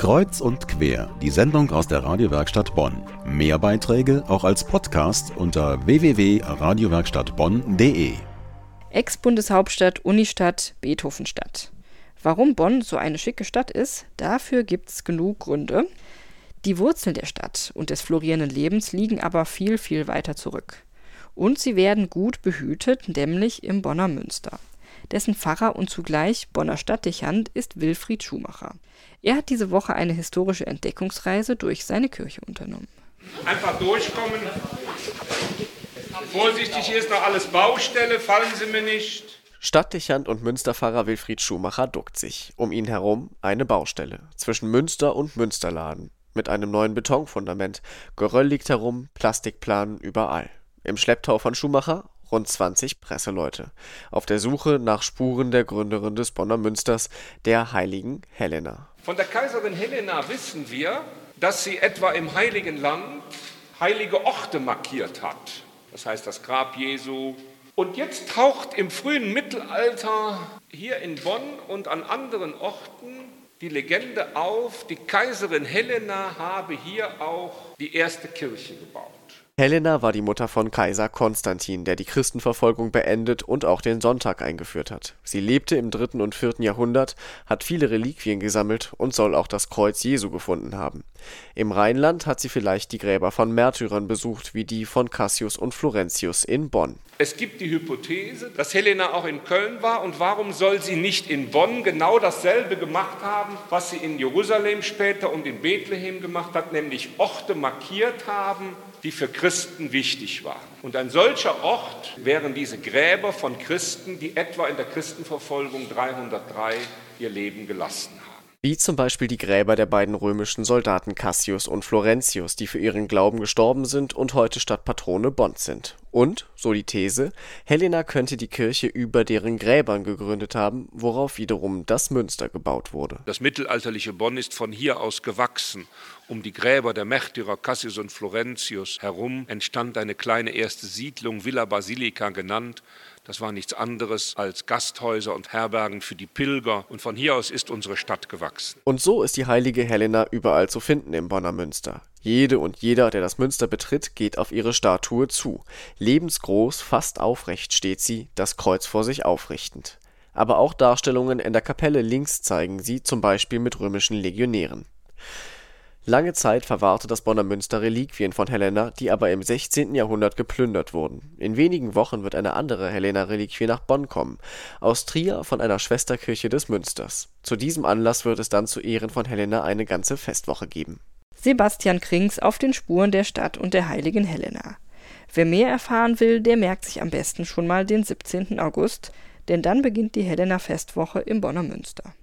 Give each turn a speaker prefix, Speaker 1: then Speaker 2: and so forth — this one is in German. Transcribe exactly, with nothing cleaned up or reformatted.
Speaker 1: Kreuz und quer, die Sendung aus der Radiowerkstatt Bonn. Mehr Beiträge auch als Podcast unter w w w punkt radiowerkstattbonn punkt d e.
Speaker 2: Ex-Bundeshauptstadt, Unistadt, Beethovenstadt. Warum Bonn so eine schicke Stadt ist, dafür gibt's genug Gründe. Die Wurzeln der Stadt und des florierenden Lebens liegen aber viel, viel weiter zurück. Und sie werden gut behütet, nämlich im Bonner Münster. Dessen Pfarrer und zugleich Bonner Stadtdechant ist Wilfried Schumacher. Er hat diese Woche eine historische Entdeckungsreise durch seine Kirche unternommen.
Speaker 3: Einfach durchkommen. Vorsichtig, hier ist noch alles Baustelle, fallen Sie mir nicht.
Speaker 4: Stadtdechant und Münsterpfarrer Wilfried Schumacher duckt sich. Um ihn herum eine Baustelle zwischen Münster und Münsterladen. Mit einem neuen Betonfundament. Geröll liegt herum, Plastikplanen überall. Im Schlepptau von Schumacher rund zwanzig Presseleute. Auf der Suche nach Spuren der Gründerin des Bonner Münsters, der heiligen Helena.
Speaker 3: Von der Kaiserin Helena wissen wir, dass sie etwa im Heiligen Land heilige Orte markiert hat. Das heißt das Grab Jesu. Und jetzt taucht im frühen Mittelalter hier in Bonn und an anderen Orten die Legende auf, die Kaiserin Helena habe hier auch die erste Kirche gebaut.
Speaker 4: Helena war die Mutter von Kaiser Konstantin, der die Christenverfolgung beendet und auch den Sonntag eingeführt hat. Sie lebte im dritten und vierten Jahrhundert, hat viele Reliquien gesammelt und soll auch das Kreuz Jesu gefunden haben. Im Rheinland hat sie vielleicht die Gräber von Märtyrern besucht, wie die von Cassius und Florentius in Bonn.
Speaker 3: Es gibt die Hypothese, dass Helena auch in Köln war, und warum soll sie nicht in Bonn genau dasselbe gemacht haben, was sie in Jerusalem später und in Bethlehem gemacht hat, nämlich Orte markiert haben, die für Christen wichtig waren. Und ein solcher Ort wären diese Gräber von Christen, die etwa in der Christenverfolgung dreihundertdrei ihr Leben gelassen haben.
Speaker 4: Wie zum Beispiel die Gräber der beiden römischen Soldaten Cassius und Florentius, die für ihren Glauben gestorben sind und heute Stadtpatrone Bonns sind. Und, so die These, Helena könnte die Kirche über deren Gräbern gegründet haben, worauf wiederum das Münster gebaut wurde.
Speaker 3: Das mittelalterliche Bonn ist von hier aus gewachsen. Um die Gräber der Märtyrer Cassius und Florentius herum entstand eine kleine erste Siedlung, Villa Basilica genannt. Das war nichts anderes als Gasthäuser und Herbergen für die Pilger. Und von hier aus ist unsere Stadt gewachsen.
Speaker 4: Und so ist die heilige Helena überall zu finden im Bonner Münster. Jede und jeder, der das Münster betritt, geht auf ihre Statue zu. Lebensgroß, fast aufrecht steht sie, das Kreuz vor sich aufrichtend. Aber auch Darstellungen in der Kapelle links zeigen sie, zum Beispiel mit römischen Legionären. Lange Zeit verwahrte das Bonner Münster Reliquien von Helena, die aber im sechzehnten Jahrhundert geplündert wurden. In wenigen Wochen wird eine andere Helena-Reliquie nach Bonn kommen, aus Trier von einer Schwesterkirche des Münsters. Zu diesem Anlass wird es dann zu Ehren von Helena eine ganze Festwoche geben.
Speaker 2: Sebastian Krings auf den Spuren der Stadt und der heiligen Helena. Wer mehr erfahren will, der merkt sich am besten schon mal den siebzehnten August, denn dann beginnt die Helena-Festwoche im Bonner Münster.